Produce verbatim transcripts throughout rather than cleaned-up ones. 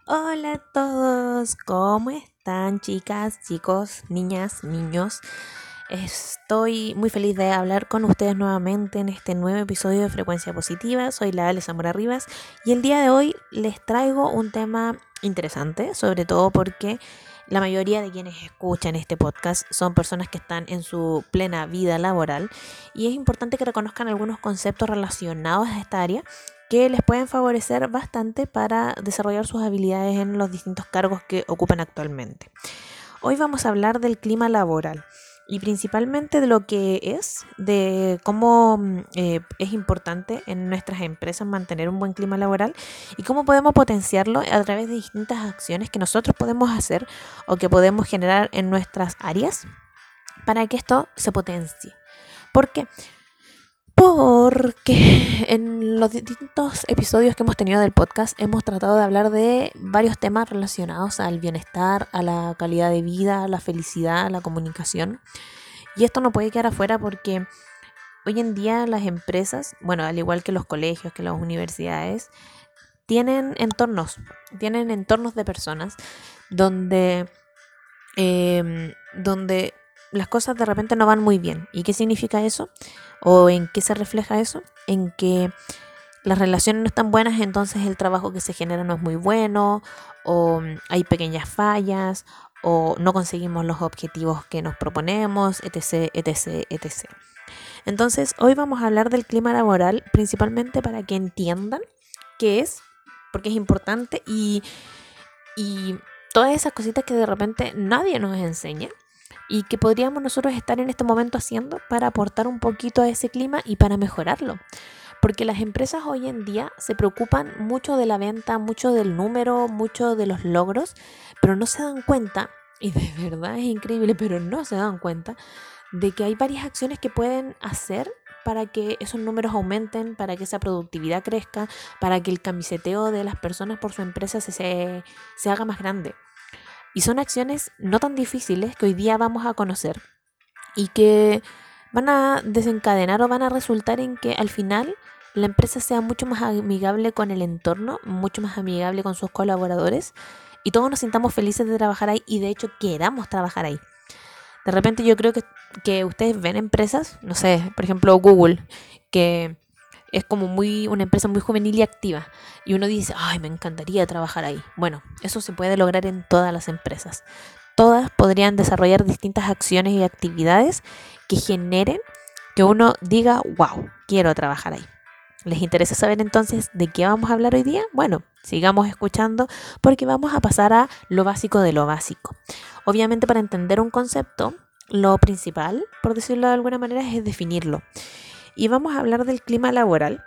Hola a todos, ¿cómo están chicas, chicos, niñas, niños? Estoy muy feliz de hablar con ustedes nuevamente en este nuevo episodio de Frecuencia Positiva. Soy la Ale Zamora Rivas y el día de hoy les traigo un tema interesante, sobre todo porque la mayoría de quienes escuchan este podcast son personas que están en su plena vida laboral y es importante que reconozcan algunos conceptos relacionados a esta área que les pueden favorecer bastante para desarrollar sus habilidades en los distintos cargos que ocupan actualmente. Hoy vamos a hablar del clima laboral y principalmente de lo que es, de cómo eh, es importante en nuestras empresas mantener un buen clima laboral y cómo podemos potenciarlo a través de distintas acciones que nosotros podemos hacer o que podemos generar en nuestras áreas para que esto se potencie. ¿Por qué? Porque en los distintos episodios que hemos tenido del podcast hemos tratado de hablar de varios temas relacionados al bienestar, a la calidad de vida, a la felicidad, a la comunicación. Y esto no puede quedar afuera porque hoy en día las empresas, bueno, al igual que los colegios, que las universidades, tienen entornos, tienen entornos de personas donde, eh, donde las cosas de repente no van muy bien. ¿Y qué significa eso? ¿O en qué se refleja eso? En que las relaciones no están buenas, entonces el trabajo que se genera no es muy bueno, o hay pequeñas fallas, o no conseguimos los objetivos que nos proponemos, etc, etc, etc. Entonces, hoy vamos a hablar del clima laboral, principalmente para que entiendan qué es, porque es importante, y, y todas esas cositas que de repente nadie nos enseña y que podríamos nosotros estar en este momento haciendo para aportar un poquito a ese clima y para mejorarlo. Porque las empresas hoy en día se preocupan mucho de la venta, mucho del número, mucho de los logros, pero no se dan cuenta, y de verdad es increíble, pero no se dan cuenta de que hay varias acciones que pueden hacer para que esos números aumenten, para que esa productividad crezca, para que el camiseteo de las personas por su empresa se, se, se haga más grande. Y son acciones no tan difíciles que hoy día vamos a conocer y que van a desencadenar o van a resultar en que al final la empresa sea mucho más amigable con el entorno, mucho más amigable con sus colaboradores y todos nos sintamos felices de trabajar ahí y de hecho queramos trabajar ahí. De repente yo creo que, que ustedes ven empresas, no sé, por ejemplo Google, que es como muy una empresa muy juvenil y activa y uno dice, ay, me encantaría trabajar ahí. Bueno, eso se puede lograr en todas las empresas. Todas podrían desarrollar distintas acciones y actividades que generen que uno diga, wow, quiero trabajar ahí. ¿Les interesa saber entonces de qué vamos a hablar hoy día? Bueno, sigamos escuchando porque vamos a pasar a lo básico de lo básico. Obviamente para entender un concepto, lo principal, por decirlo de alguna manera, es definirlo. Y vamos a hablar del clima laboral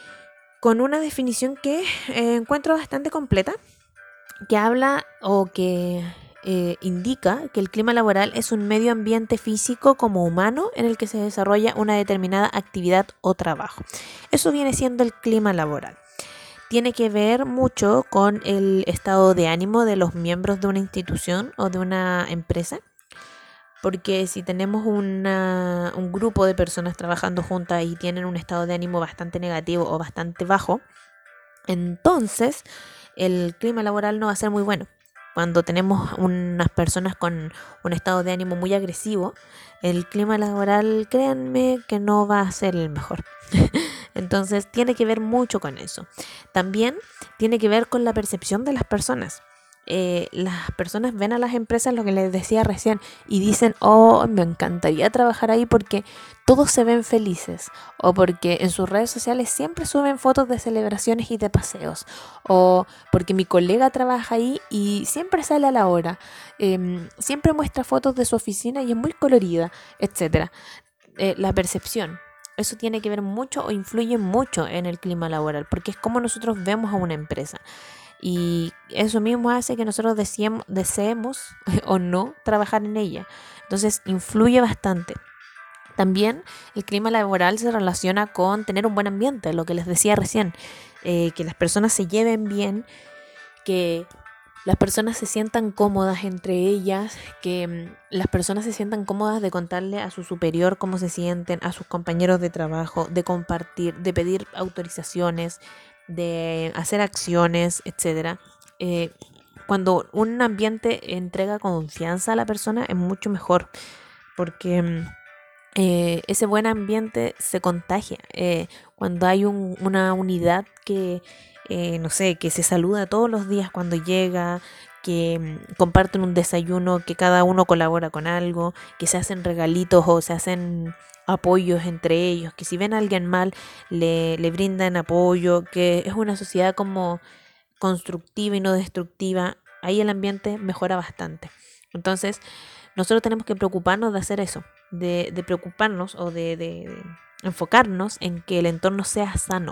con una definición que eh, encuentro bastante completa, que habla o que eh, indica que el clima laboral es un medio ambiente físico como humano en el que se desarrolla una determinada actividad o trabajo. Eso viene siendo el clima laboral. Tiene que ver mucho con el estado de ánimo de los miembros de una institución o de una empresa. Porque si tenemos una, un grupo de personas trabajando juntas y tienen un estado de ánimo bastante negativo o bastante bajo, entonces el clima laboral no va a ser muy bueno. Cuando tenemos unas personas con un estado de ánimo muy agresivo, el clima laboral, créanme que no va a ser el mejor. Entonces tiene que ver mucho con eso. También tiene que ver con la percepción de las personas. Eh, las personas ven a las empresas, lo que les decía recién, y dicen, oh, me encantaría trabajar ahí porque todos se ven felices, o porque en sus redes sociales siempre suben fotos de celebraciones y de paseos, o porque mi colega trabaja ahí y siempre sale a la hora, eh, siempre muestra fotos de su oficina y es muy colorida, etcétera. Eh, la percepción. Eso tiene que ver mucho o influye mucho en el clima laboral, porque es como nosotros vemos a una empresa. Y eso mismo hace que nosotros deseemos, deseemos o no trabajar en ella. Entonces influye bastante. También el clima laboral se relaciona con tener un buen ambiente, lo que les decía recién, eh, que las personas se lleven bien, que las personas se sientan cómodas entre ellas, que mm, las personas se sientan cómodas de contarle a su superior cómo se sienten, a sus compañeros de trabajo, de compartir, de pedir autorizaciones, de hacer acciones, etcétera. eh, cuando un ambiente entrega confianza a la persona es mucho mejor, porque eh, ese buen ambiente se contagia. Eh, cuando hay un, una unidad que, eh, no sé, que se saluda todos los días cuando llega, que mm, comparten un desayuno, que cada uno colabora con algo, que se hacen regalitos o se hacen apoyos entre ellos, que si ven a alguien mal le, le brindan apoyo, que es una sociedad como constructiva y no destructiva, ahí el ambiente mejora bastante. Entonces, nosotros tenemos que preocuparnos de hacer eso, de, de preocuparnos o de, de, de enfocarnos en que el entorno sea sano.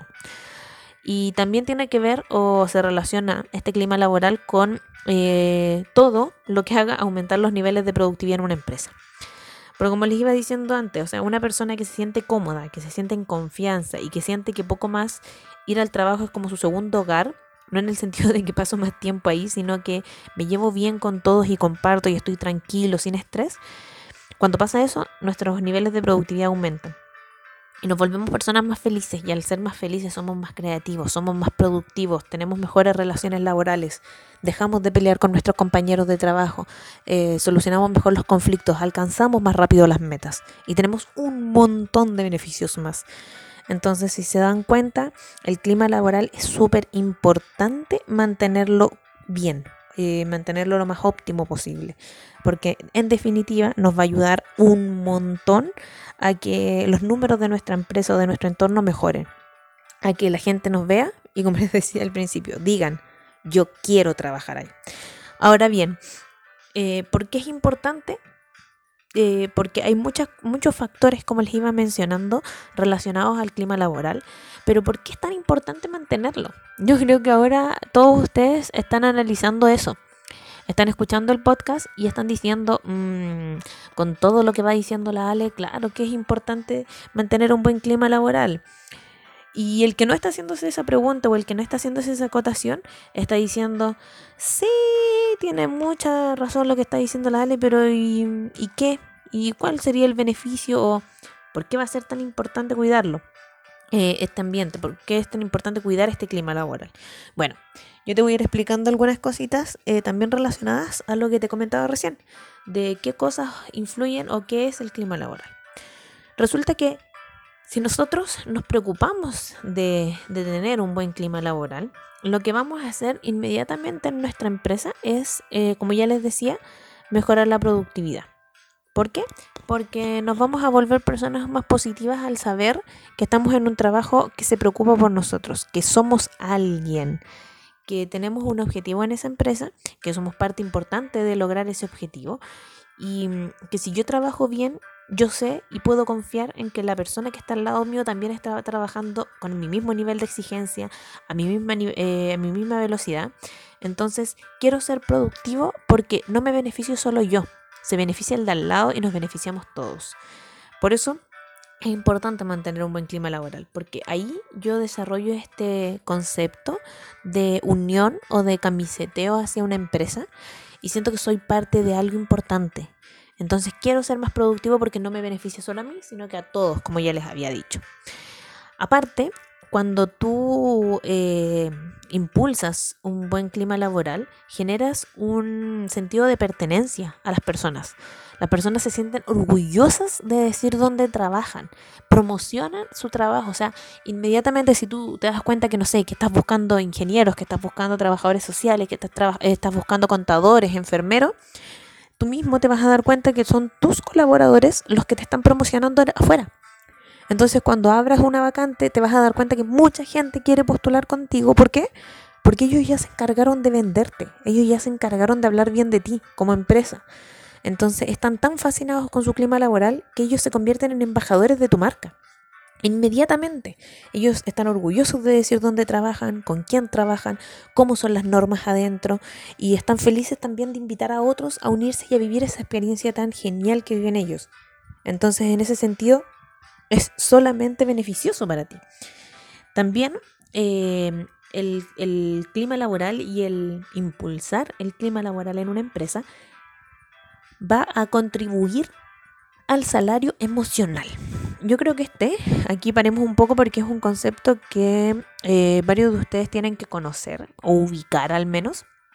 Y también tiene que ver o se relaciona este clima laboral con eh, todo lo que haga aumentar los niveles de productividad en una empresa. Pero como les iba diciendo antes, o sea, una persona que se siente cómoda, que se siente en confianza y que siente que poco más ir al trabajo es como su segundo hogar, no en el sentido de que paso más tiempo ahí, sino que me llevo bien con todos y comparto y estoy tranquilo, sin estrés. Cuando pasa eso, nuestros niveles de productividad aumentan. Y nos volvemos personas más felices, y al ser más felices somos más creativos, somos más productivos, tenemos mejores relaciones laborales, dejamos de pelear con nuestros compañeros de trabajo, eh, solucionamos mejor los conflictos, alcanzamos más rápido las metas y tenemos un montón de beneficios más. Entonces, si se dan cuenta, el clima laboral es súper importante mantenerlo bien, eh, mantenerlo lo más óptimo posible, porque en definitiva nos va a ayudar un montón a que los números de nuestra empresa o de nuestro entorno mejoren, a que la gente nos vea y, como les decía al principio, digan, yo quiero trabajar ahí. Ahora bien, eh, ¿por qué es importante? Eh, porque hay muchas, muchos factores, como les iba mencionando, relacionados al clima laboral. Pero ¿por qué es tan importante mantenerlo? Yo creo que ahora todos ustedes están analizando eso. Están escuchando el podcast y están diciendo, mmm, con todo lo que va diciendo la Ale, claro que es importante mantener un buen clima laboral. Y el que no está haciéndose esa pregunta o el que no está haciéndose esa acotación está diciendo, sí, tiene mucha razón lo que está diciendo la Ale, pero ¿y, ¿y qué? ¿Y cuál sería el beneficio? ¿O por qué va a ser tan importante cuidarlo? Eh, este ambiente, ¿por qué es tan importante cuidar este clima laboral? Bueno, yo te voy a ir explicando algunas cositas eh, también relacionadas a lo que te comentaba recién, de qué cosas influyen o qué es el clima laboral. Resulta que si nosotros nos preocupamos de, de tener un buen clima laboral, lo que vamos a hacer inmediatamente en nuestra empresa es, eh, como ya les decía, mejorar la productividad. ¿Por qué? Porque nos vamos a volver personas más positivas al saber que estamos en un trabajo que se preocupa por nosotros, que somos alguien, que tenemos un objetivo en esa empresa, que somos parte importante de lograr ese objetivo y que si yo trabajo bien, yo sé y puedo confiar en que la persona que está al lado mío también está trabajando con mi mismo nivel de exigencia, a mi misma, eh, a mi misma velocidad. Entonces, quiero ser productivo porque no me beneficio solo yo, se beneficia el de al lado y nos beneficiamos todos. Por eso es importante mantener un buen clima laboral, porque ahí yo desarrollo este concepto de unión o de camiseteo hacia una empresa y siento que soy parte de algo importante. Entonces quiero ser más productivo porque no me beneficia solo a mí, sino que a todos, como ya les había dicho. Aparte, cuando tú eh, impulsas un buen clima laboral, generas un sentido de pertenencia a las personas. Las personas se sienten orgullosas de decir dónde trabajan, promocionan su trabajo. O sea, inmediatamente si tú te das cuenta que, no sé, que estás buscando ingenieros, que estás buscando trabajadores sociales, que estás, traba- estás buscando contadores, enfermeros, tú mismo te vas a dar cuenta que son tus colaboradores los que te están promocionando afuera. Entonces, cuando abras una vacante, te vas a dar cuenta que mucha gente quiere postular contigo. ¿Por qué? Porque ellos ya se encargaron de venderte. Ellos ya se encargaron de hablar bien de ti como empresa. Entonces, están tan fascinados con su clima laboral que ellos se convierten en embajadores de tu marca. Inmediatamente, ellos están orgullosos de decir dónde trabajan, con quién trabajan, cómo son las normas adentro y están felices también de invitar a otros a unirse y a vivir esa experiencia tan genial que viven ellos. Entonces, en ese sentido, es solamente beneficioso para ti. También eh, el, el clima laboral y el impulsar el clima laboral en una empresa va a contribuir al salario emocional. Yo creo que este, aquí paremos un poco porque es un concepto que eh, varios de ustedes tienen que conocer o ubicar al menos.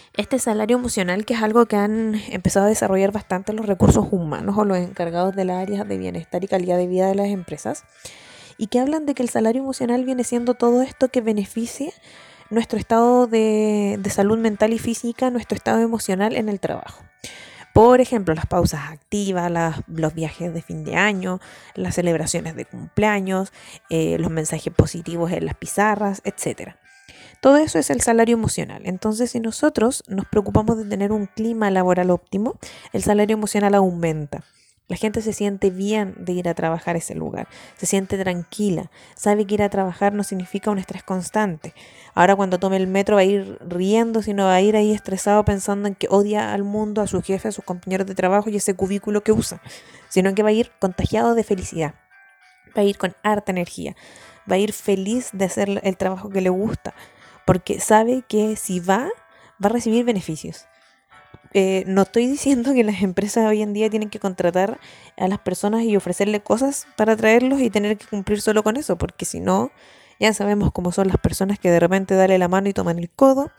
Este salario emocional, que es algo que han empezado a desarrollar bastante los recursos humanos o los encargados de las áreas de bienestar y calidad de vida de las empresas, y que hablan de que el salario emocional viene siendo todo esto que beneficie nuestro estado de, de salud mental y física, nuestro estado emocional en el trabajo. Por ejemplo, las pausas activas, las, los viajes de fin de año, las celebraciones de cumpleaños, eh, los mensajes positivos en las pizarras, etcétera. Todo eso es el salario emocional. Entonces, si nosotros nos preocupamos de tener un clima laboral óptimo, el salario emocional aumenta. La gente se siente bien de ir a trabajar a ese lugar, se siente tranquila, sabe que ir a trabajar no significa un estrés constante. Ahora cuando tome el metro va a ir riendo, sino va a ir ahí estresado pensando en que odia al mundo, a su jefe, a sus compañeros de trabajo y ese cubículo que usa, sino que va a ir contagiado de felicidad, va a ir con harta energía, va a ir feliz de hacer el trabajo que le gusta, porque sabe que si va, va a recibir beneficios. Eh, no estoy diciendo que las empresas hoy en día tienen que contratar a las personas y ofrecerle cosas para atraerlos y tener que cumplir solo con eso, porque si no, ya sabemos cómo son las personas que de repente dan la mano y toman el codo.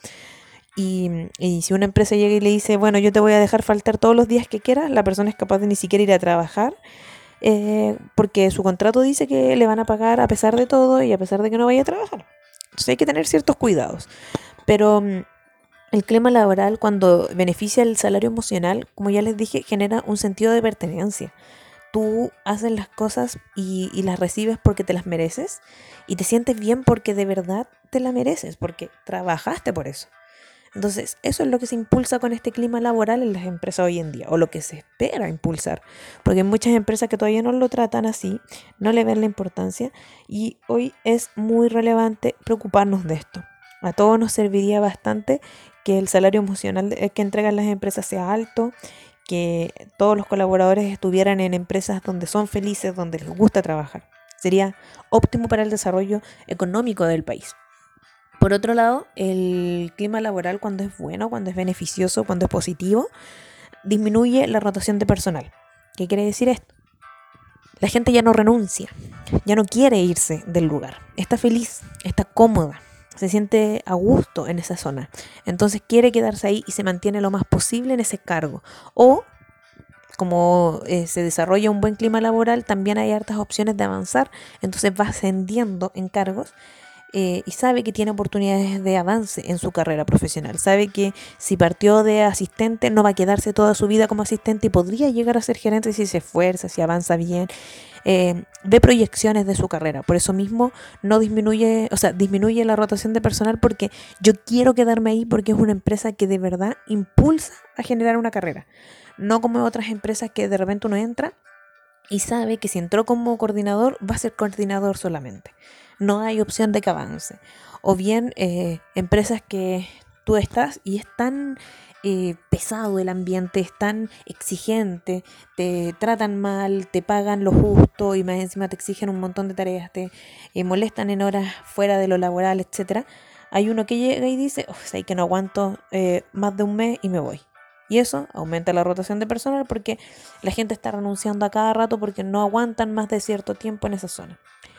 Y, y si una empresa llega y le dice, bueno, yo te voy a dejar faltar todos los días que quieras, la persona es capaz de ni siquiera ir a trabajar, eh, porque su contrato dice que le van a pagar a pesar de todo y a pesar de que no vaya a trabajar. Entonces hay que tener ciertos cuidados. Pero el clima laboral, cuando beneficia el salario emocional, como ya les dije, genera un sentido de pertenencia. Tú haces las cosas y, y las recibes porque te las mereces y te sientes bien porque de verdad te la mereces, porque trabajaste por eso. Entonces, eso es lo que se impulsa con este clima laboral en las empresas hoy en día, o lo que se espera impulsar, porque hay muchas empresas que todavía no lo tratan así, no le ven la importancia, y hoy es muy relevante preocuparnos de esto. A todos nos serviría bastante que el salario emocional que entregan las empresas sea alto, que todos los colaboradores estuvieran en empresas donde son felices, donde les gusta trabajar. Sería óptimo para el desarrollo económico del país. Por otro lado, el clima laboral, cuando es bueno, cuando es beneficioso, cuando es positivo, disminuye la rotación de personal. ¿Qué quiere decir esto? La gente ya no renuncia, ya no quiere irse del lugar, está feliz, está cómoda, se siente a gusto en esa zona. Entonces quiere quedarse ahí y se mantiene lo más posible en ese cargo. O, como eh, se desarrolla un buen clima laboral, también hay hartas opciones de avanzar, entonces va ascendiendo en cargos. Eh, y sabe que tiene oportunidades de avance en su carrera profesional. Sabe que si partió de asistente no va a quedarse toda su vida como asistente y podría llegar a ser gerente si se esfuerza, si avanza bien. Eh, ve proyecciones de su carrera. Por eso mismo no disminuye, o sea, disminuye la rotación de personal porque yo quiero quedarme ahí porque es una empresa que de verdad impulsa a generar una carrera. No como otras empresas que de repente uno entra y sabe que si entró como coordinador va a ser coordinador solamente. No hay opción de que avance. O bien eh, empresas que tú estás y es tan eh, pesado el ambiente, es tan exigente, te tratan mal, te pagan lo justo y más encima te exigen un montón de tareas, te eh, molestan en horas fuera de lo laboral, etcétera. Hay uno que llega y dice, oh, sé que no aguanto eh, más de un mes y me voy. Y eso aumenta la rotación de personal porque la gente está renunciando a cada rato porque no aguantan más de cierto tiempo en esa zona.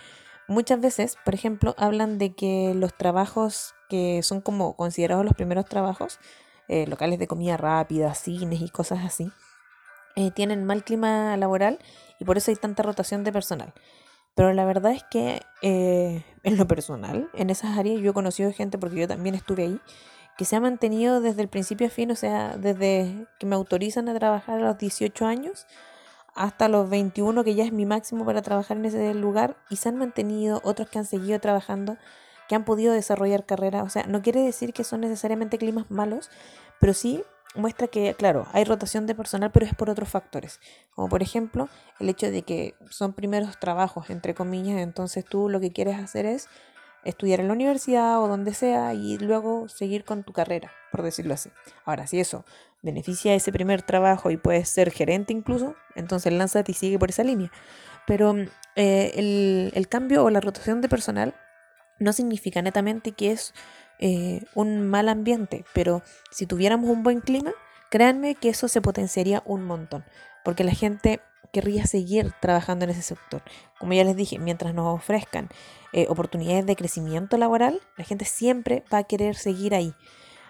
Muchas veces, por ejemplo, hablan de que los trabajos que son como considerados los primeros trabajos, eh, locales de comida rápida, cines y cosas así, eh, tienen mal clima laboral y por eso hay tanta rotación de personal. Pero la verdad es que eh, en lo personal, en esas áreas yo he conocido gente, porque yo también estuve ahí, que se ha mantenido desde el principio a fin, o sea, desde que me autorizan a trabajar a los dieciocho años hasta los veintiuno, que ya es mi máximo para trabajar en ese lugar, y se han mantenido, otros que han seguido trabajando, que han podido desarrollar carreras. O sea, no quiere decir que son necesariamente climas malos, pero sí muestra que, claro, hay rotación de personal, pero es por otros factores, como por ejemplo el hecho de que son primeros trabajos, entre comillas, entonces tú lo que quieres hacer es estudiar en la universidad o donde sea y luego seguir con tu carrera, por decirlo así. Ahora, si eso beneficia ese primer trabajo y puedes ser gerente incluso, entonces lánzate y sigue por esa línea. Pero eh, el, el cambio o la rotación de personal no significa netamente que es eh, un mal ambiente, pero si tuviéramos un buen clima, créanme que eso se potenciaría un montón, porque la gente querría seguir trabajando en ese sector. Como ya les dije, mientras nos ofrezcan eh, oportunidades de crecimiento laboral, la gente siempre va a querer seguir ahí.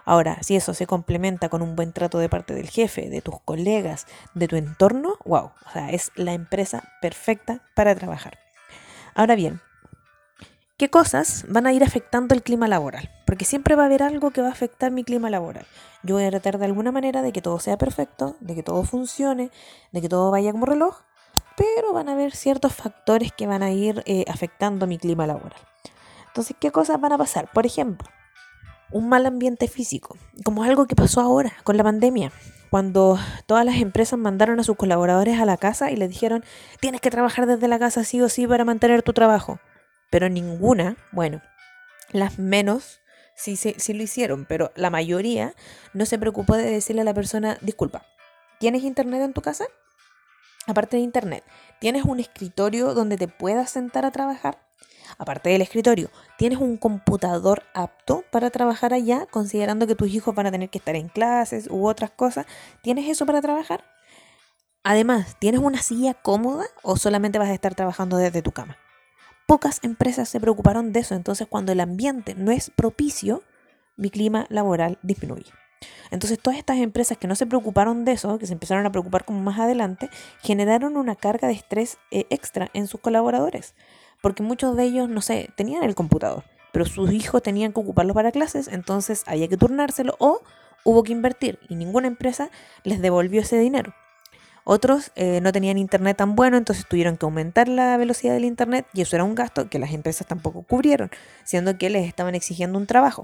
Ahora, si eso se complementa con un buen trato de parte del jefe, de tus colegas, de tu entorno, wow, o sea, es la empresa perfecta para trabajar. Ahora bien, ¿qué cosas van a ir afectando el clima laboral? Porque siempre va a haber algo que va a afectar mi clima laboral. Yo voy a tratar de alguna manera de que todo sea perfecto, de que todo funcione, de que todo vaya como reloj, pero van a haber ciertos factores que van a ir eh, afectando mi clima laboral. Entonces, ¿qué cosas van a pasar? Por ejemplo, un mal ambiente físico, como algo que pasó ahora con la pandemia, cuando todas las empresas mandaron a sus colaboradores a la casa y les dijeron, tienes que trabajar desde la casa sí o sí para mantener tu trabajo. Pero ninguna, bueno, las menos sí, sí, sí lo hicieron, pero la mayoría no se preocupó de decirle a la persona, disculpa, ¿tienes internet en tu casa? Aparte de internet, ¿tienes un escritorio donde te puedas sentar a trabajar? Aparte del escritorio, ¿tienes un computador apto para trabajar allá, considerando que tus hijos van a tener que estar en clases u otras cosas? ¿Tienes eso para trabajar? Además, ¿tienes una silla cómoda o solamente vas a estar trabajando desde tu cama? Pocas empresas se preocuparon de eso, entonces cuando el ambiente no es propicio, mi clima laboral disminuye. Entonces todas estas empresas que no se preocuparon de eso, que se empezaron a preocupar como más adelante, generaron una carga de estrés eh, extra en sus colaboradores, porque muchos de ellos, no sé, tenían el computador, pero sus hijos tenían que ocuparlo para clases, entonces había que turnárselo o hubo que invertir y ninguna empresa les devolvió ese dinero. Otros eh, no tenían internet tan bueno, entonces tuvieron que aumentar la velocidad del internet y eso era un gasto que las empresas tampoco cubrieron, siendo que les estaban exigiendo un trabajo.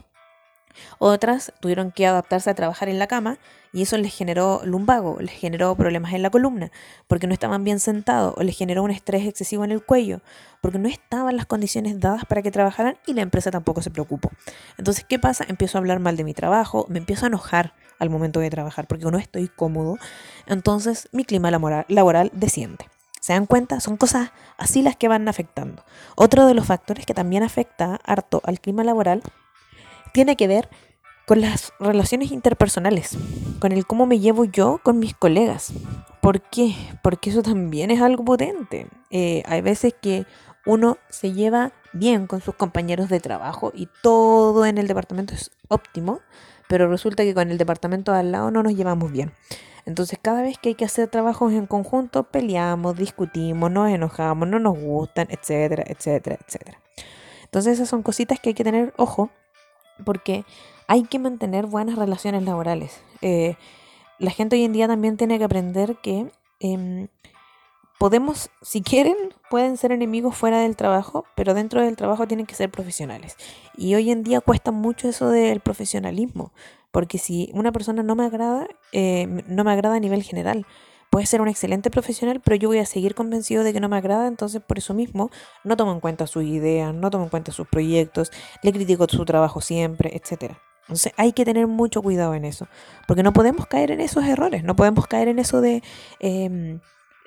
Otras tuvieron que adaptarse a trabajar en la cama y eso les generó lumbago, les generó problemas en la columna, porque no estaban bien sentados, o les generó un estrés excesivo en el cuello, porque no estaban las condiciones dadas para que trabajaran y la empresa tampoco se preocupó. Entonces, ¿qué pasa? Empiezo a hablar mal de mi trabajo, me empiezo a enojar al momento de trabajar porque no estoy cómodo, entonces mi clima laboral desciende. ¿Se dan cuenta? Son cosas así las que van afectando. Otro de los factores que también afecta harto al clima laboral tiene que ver con las relaciones interpersonales, con el cómo me llevo yo con mis colegas. ¿Por qué? Porque eso también es algo potente. Eh, hay veces que uno se lleva bien con sus compañeros de trabajo y todo en el departamento es óptimo, pero resulta que con el departamento de al lado no nos llevamos bien. Entonces cada vez que hay que hacer trabajos en conjunto, peleamos, discutimos, nos enojamos, no nos gustan, etcétera, etcétera, etcétera. Entonces esas son cositas que hay que tener ojo, porque hay que mantener buenas relaciones laborales. Eh, la gente hoy en día también tiene que aprender que eh, podemos, si quieren, pueden ser enemigos fuera del trabajo, pero dentro del trabajo tienen que ser profesionales. Y hoy en día cuesta mucho eso del profesionalismo, porque si una persona no me agrada, eh, no me agrada a nivel general. Puede ser un excelente profesional, pero yo voy a seguir convencido de que no me agrada, entonces por eso mismo no tomo en cuenta sus ideas, no tomo en cuenta sus proyectos, le critico su trabajo siempre, etcétera. Entonces hay que tener mucho cuidado en eso, porque no podemos caer en esos errores, no podemos caer en eso de, eh,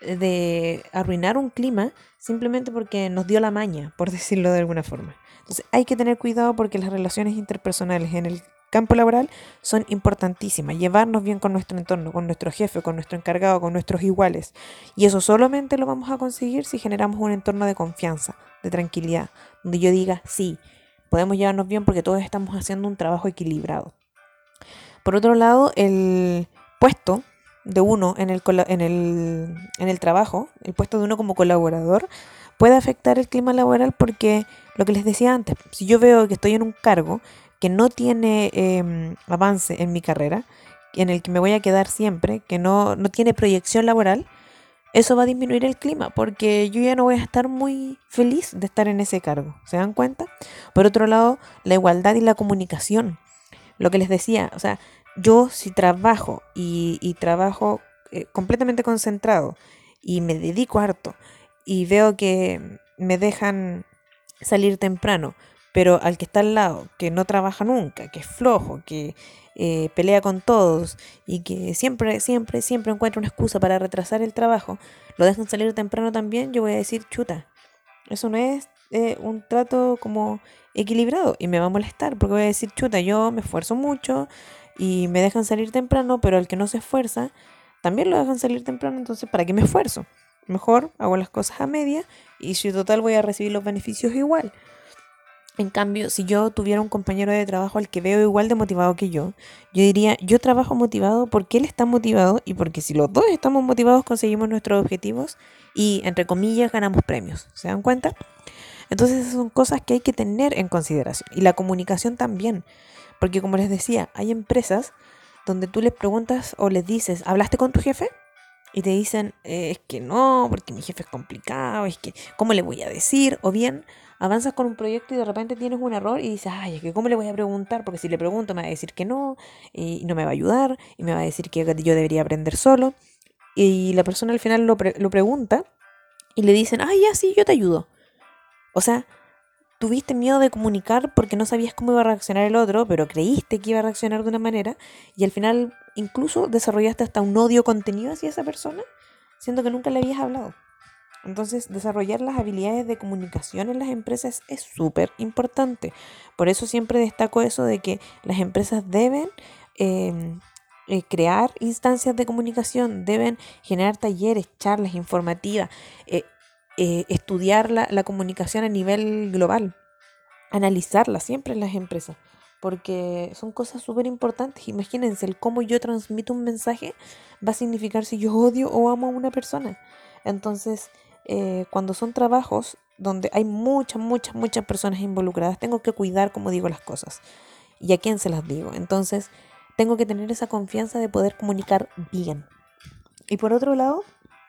de arruinar un clima simplemente porque nos dio la maña, por decirlo de alguna forma. Entonces hay que tener cuidado porque las relaciones interpersonales en el campo laboral son importantísimas. Llevarnos bien con nuestro entorno, con nuestro jefe, con nuestro encargado, con nuestros iguales. Y eso solamente lo vamos a conseguir si generamos un entorno de confianza, de tranquilidad, donde yo diga, sí, podemos llevarnos bien porque todos estamos haciendo un trabajo equilibrado. Por otro lado, el puesto de uno en el, en el, en el trabajo, el puesto de uno como colaborador, puede afectar el clima laboral porque, lo que les decía antes, si yo veo que estoy en un cargo que no tiene eh, avance en mi carrera, en el que me voy a quedar siempre, que no, no tiene proyección laboral, eso va a disminuir el clima, porque yo ya no voy a estar muy feliz de estar en ese cargo. ¿Se dan cuenta? Por otro lado, la igualdad y la comunicación. Lo que les decía, o sea, yo si trabajo y, y trabajo eh, completamente concentrado y me dedico harto y veo que me dejan salir temprano, pero al que está al lado, que no trabaja nunca, que es flojo, que eh, pelea con todos y que siempre, siempre, siempre encuentra una excusa para retrasar el trabajo, lo dejan salir temprano también, yo voy a decir, chuta, eso no es eh, un trato como equilibrado y me va a molestar porque voy a decir, chuta, yo me esfuerzo mucho y me dejan salir temprano, pero al que no se esfuerza, también lo dejan salir temprano, entonces ¿para qué me esfuerzo? Mejor hago las cosas a media y si total voy a recibir los beneficios igual. En cambio, si yo tuviera un compañero de trabajo al que veo igual de motivado que yo, yo diría, yo trabajo motivado porque él está motivado y porque si los dos estamos motivados conseguimos nuestros objetivos y, entre comillas, ganamos premios. ¿Se dan cuenta? Entonces esas son cosas que hay que tener en consideración. Y la comunicación también. Porque como les decía, hay empresas donde tú les preguntas o les dices, ¿hablaste con tu jefe? Y te dicen, eh, es que no, porque mi jefe es complicado, es que, ¿cómo le voy a decir? O bien, avanzas con un proyecto y de repente tienes un error y dices, ay, es que ¿cómo le voy a preguntar? Porque si le pregunto me va a decir que no, y no me va a ayudar, y me va a decir que yo debería aprender solo. Y la persona al final lo, pre- lo pregunta y le dicen, ay, ya sí, yo te ayudo. O sea, tuviste miedo de comunicar porque no sabías cómo iba a reaccionar el otro, pero creíste que iba a reaccionar de una manera y al final incluso desarrollaste hasta un odio contenido hacia esa persona, siendo que nunca le habías hablado. Entonces, desarrollar las habilidades de comunicación en las empresas es súper importante. Por eso siempre destaco eso de que las empresas deben eh, eh, crear instancias de comunicación, deben generar talleres, charlas informativas, eh, eh, estudiar la, la comunicación a nivel global, analizarla siempre en las empresas, porque son cosas súper importantes. Imagínense, el cómo yo transmito un mensaje va a significar si yo odio o amo a una persona. Entonces, eh, cuando son trabajos donde hay muchas, muchas, muchas personas involucradas, tengo que cuidar cómo digo las cosas y a quién se las digo. Entonces, tengo que tener esa confianza de poder comunicar bien. Y por otro lado,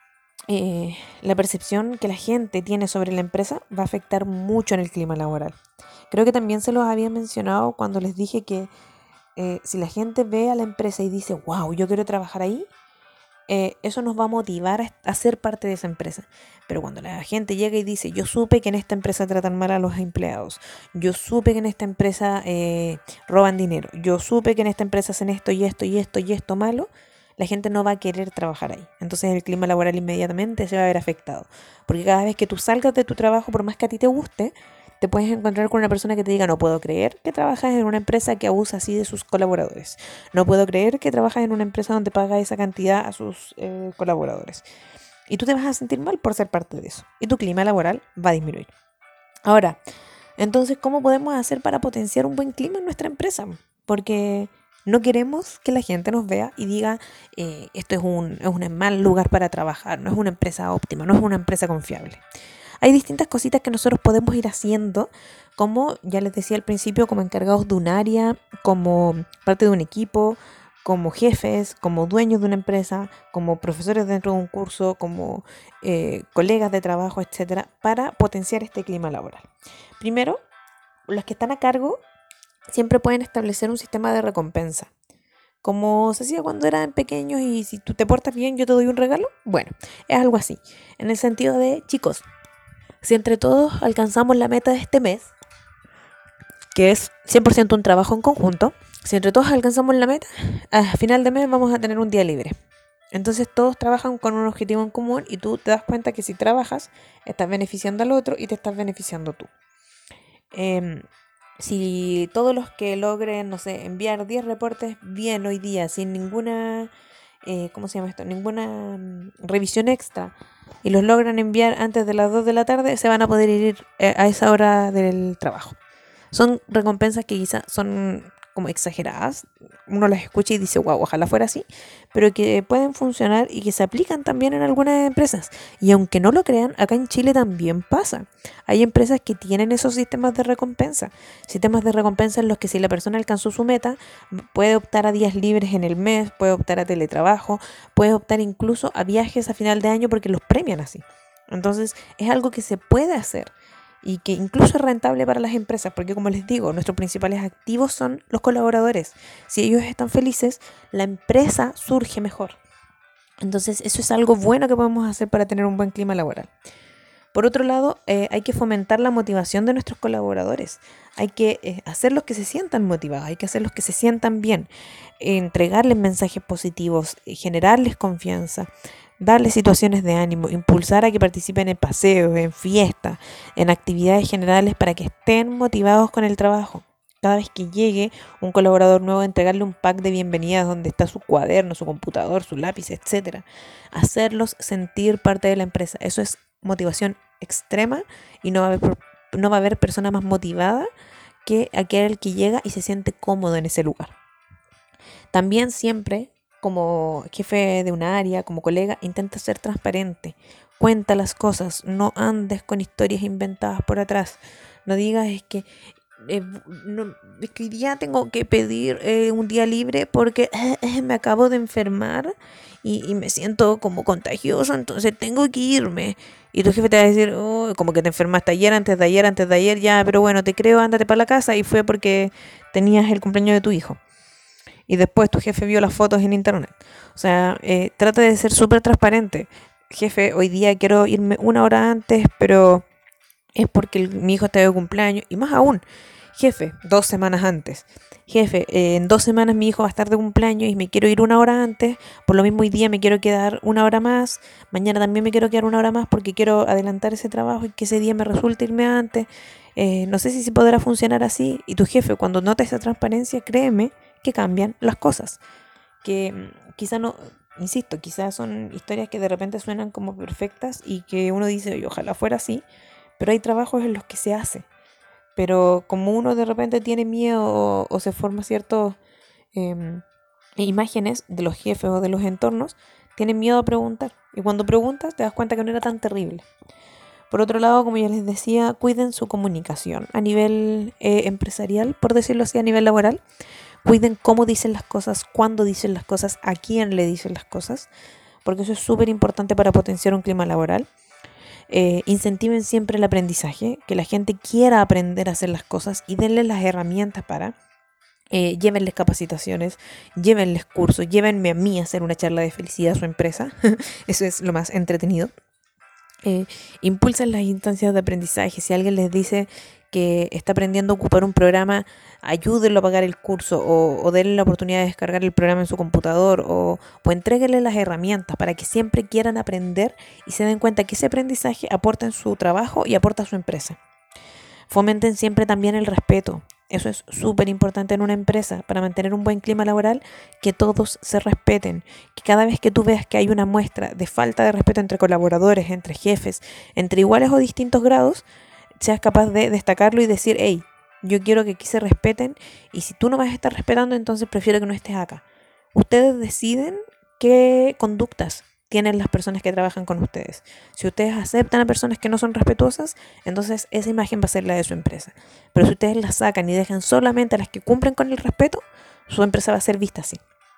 eh, la percepción que la gente tiene sobre la empresa va a afectar mucho en el clima laboral. Creo que también se los había mencionado cuando les dije que eh, si la gente ve a la empresa y dice, wow, yo quiero trabajar ahí, eh, eso nos va a motivar a, a ser parte de esa empresa. Pero cuando la gente llega y dice, yo supe que en esta empresa tratan mal a los empleados, yo supe que en esta empresa eh, roban dinero, yo supe que en esta empresa hacen esto y esto y esto y esto malo, la gente no va a querer trabajar ahí. Entonces el clima laboral inmediatamente se va a ver afectado. Porque cada vez que tú salgas de tu trabajo, por más que a ti te guste, te puedes encontrar con una persona que te diga, no puedo creer que trabajas en una empresa que abusa así de sus colaboradores. No puedo creer que trabajas en una empresa donde paga esa cantidad a sus eh, colaboradores. Y tú te vas a sentir mal por ser parte de eso. Y tu clima laboral va a disminuir. Ahora, entonces, ¿cómo podemos hacer para potenciar un buen clima en nuestra empresa? Porque no queremos que la gente nos vea y diga, eh, esto es un, es un mal lugar para trabajar, no es una empresa óptima, no es una empresa confiable. Hay distintas cositas que nosotros podemos ir haciendo, como ya les decía al principio, como encargados de un área, como parte de un equipo, como jefes, como dueños de una empresa, como profesores dentro de un curso, como eh, colegas de trabajo, etcétera, para potenciar este clima laboral. Primero, los que están a cargo siempre pueden establecer un sistema de recompensa. Como se hacía cuando eran pequeños y si tú te portas bien yo te doy un regalo. Bueno, es algo así. En el sentido de, chicos, si entre todos alcanzamos la meta de este mes, que es cien por ciento un trabajo en conjunto, si entre todos alcanzamos la meta, a final de mes vamos a tener un día libre. Entonces todos trabajan con un objetivo en común y tú te das cuenta que si trabajas, estás beneficiando al otro y te estás beneficiando tú. Eh, si todos los que logren, no sé, enviar diez reportes bien hoy día, sin ninguna, eh, ¿cómo se llama esto? Ninguna mm, revisión extra, y los logran enviar antes de las dos de la tarde, se van a poder ir eh, a esa hora del trabajo. Son recompensas que quizás son como exageradas, uno las escucha y dice, wow, ojalá fuera así, pero que pueden funcionar y que se aplican también en algunas empresas. Y aunque no lo crean, acá en Chile también pasa. Hay empresas que tienen esos sistemas de recompensa, sistemas de recompensa en los que si la persona alcanzó su meta, puede optar a días libres en el mes, puede optar a teletrabajo, puede optar incluso a viajes a final de año porque los premian así. Entonces es algo que se puede hacer y que incluso es rentable para las empresas, porque como les digo, nuestros principales activos son los colaboradores. Si ellos están felices, la empresa surge mejor. Entonces eso es algo bueno que podemos hacer para tener un buen clima laboral. Por otro lado, eh, hay que fomentar la motivación de nuestros colaboradores. Hay que eh, hacerlos que se sientan motivados, hay que hacerlos que se sientan bien, eh, entregarles mensajes positivos, eh, generarles confianza, darles situaciones de ánimo, impulsar a que participen en paseos, en fiestas, en actividades generales para que estén motivados con el trabajo. Cada vez que llegue un colaborador nuevo, entregarle un pack de bienvenidas donde está su cuaderno, su computador, su lápiz, etcétera. Hacerlos sentir parte de la empresa. Eso es motivación extrema y no va a haber no va a haber persona más motivada que aquel que llega y se siente cómodo en ese lugar. También siempre, como jefe de un área, como colega, intenta ser transparente. Cuenta las cosas, no andes con historias inventadas por atrás. No digas es que, eh, no, es que hoy día tengo que pedir eh, un día libre porque eh, eh, me acabo de enfermar y, y me siento como contagioso, entonces tengo que irme. Y tu jefe te va a decir, oh, como que te enfermaste ayer, antes de ayer, antes de ayer, ya, pero bueno, te creo, ándate para la casa, y fue porque tenías el cumpleaños de tu hijo. Y después tu jefe vio las fotos en internet. O sea, eh, trata de ser súper transparente. Jefe, hoy día quiero irme una hora antes, pero es porque el- mi hijo está de cumpleaños. Y más aún, jefe, dos semanas antes. Jefe, eh, en dos semanas mi hijo va a estar de cumpleaños y me quiero ir una hora antes. Por lo mismo hoy día me quiero quedar una hora más. Mañana también me quiero quedar una hora más porque quiero adelantar ese trabajo y que ese día me resulte irme antes. Eh, no sé si se podrá funcionar así. Y tu jefe, cuando nota esa transparencia, créeme que cambian las cosas. Que mm, quizá no, insisto, quizás son historias que de repente suenan como perfectas y que uno dice, "Oye, ojalá fuera así", pero hay trabajos en los que se hace. Pero como uno de repente tiene miedo o, o se forma ciertas em, imágenes de los jefes o de los entornos, tienen miedo a preguntar. Y cuando preguntas te das cuenta que no era tan terrible. Por otro lado, como ya les decía, cuiden su comunicación a nivel eh, empresarial, por decirlo así, a nivel laboral. Cuiden cómo dicen las cosas, cuándo dicen las cosas, a quién le dicen las cosas, porque eso es súper importante para potenciar un clima laboral. Eh, incentiven siempre el aprendizaje, que la gente quiera aprender a hacer las cosas y denle las herramientas para. Eh, llévenles capacitaciones, llévenles cursos, llévenme a mí a hacer una charla de felicidad a su empresa. Eso es lo más entretenido. Eh, impulsan las instancias de aprendizaje. Si alguien les dice que está aprendiendo a ocupar un programa, ayúdenlo a pagar el curso o, o denle la oportunidad de descargar el programa en su computador o, o entréguenle las herramientas para que siempre quieran aprender y se den cuenta que ese aprendizaje aporta en su trabajo y aporta a su empresa. Fomenten siempre también el respeto. Eso es súper importante en una empresa para mantener un buen clima laboral, que todos se respeten, que cada vez que tú veas que hay una muestra de falta de respeto entre colaboradores, entre jefes, entre iguales o distintos grados, seas capaz de destacarlo y decir, hey, yo quiero que aquí se respeten y si tú no vas a estar respetando, entonces prefiero que no estés acá. Ustedes deciden qué conductas tienen las personas que trabajan con ustedes. Si ustedes aceptan a personas que no son respetuosas, entonces esa imagen va a ser la de su empresa. Pero si ustedes la sacan y dejan solamente a las que cumplen con el respeto, su empresa va a ser vista así.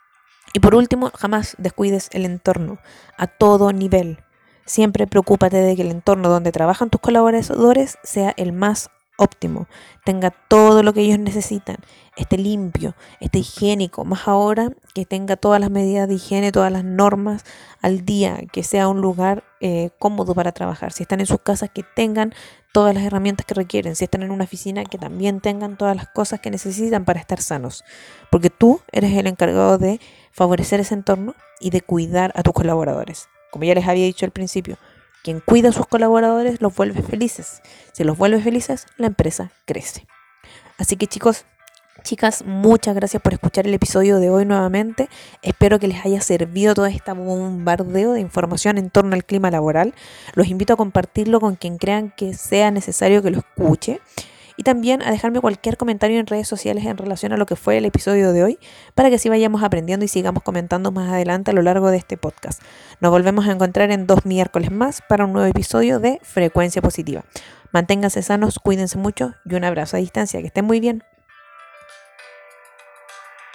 Y por último, jamás descuides el entorno a todo nivel. Siempre preocúpate de que el entorno donde trabajan tus colaboradores sea el más óptimo, tenga todo lo que ellos necesitan, esté limpio, esté higiénico, más ahora que tenga todas las medidas de higiene, todas las normas al día, que sea un lugar eh, cómodo para trabajar. Si están en sus casas, que tengan todas las herramientas que requieren. Si están en una oficina, que también tengan todas las cosas que necesitan para estar sanos, porque tú eres el encargado de favorecer ese entorno y de cuidar a tus colaboradores. Como ya les había dicho al principio, quien cuida a sus colaboradores los vuelve felices. Si los vuelve felices, la empresa crece. Así que chicos, chicas, muchas gracias por escuchar el episodio de hoy nuevamente. Espero que les haya servido todo este bombardeo de información en torno al clima laboral. Los invito a compartirlo con quien crean que sea necesario que lo escuche. Y también a dejarme cualquier comentario en redes sociales en relación a lo que fue el episodio de hoy, para que así vayamos aprendiendo y sigamos comentando más adelante a lo largo de este podcast. Nos volvemos a encontrar en dos miércoles más para un nuevo episodio de Frecuencia Positiva. Manténganse sanos, cuídense mucho y un abrazo a distancia. Que estén muy bien.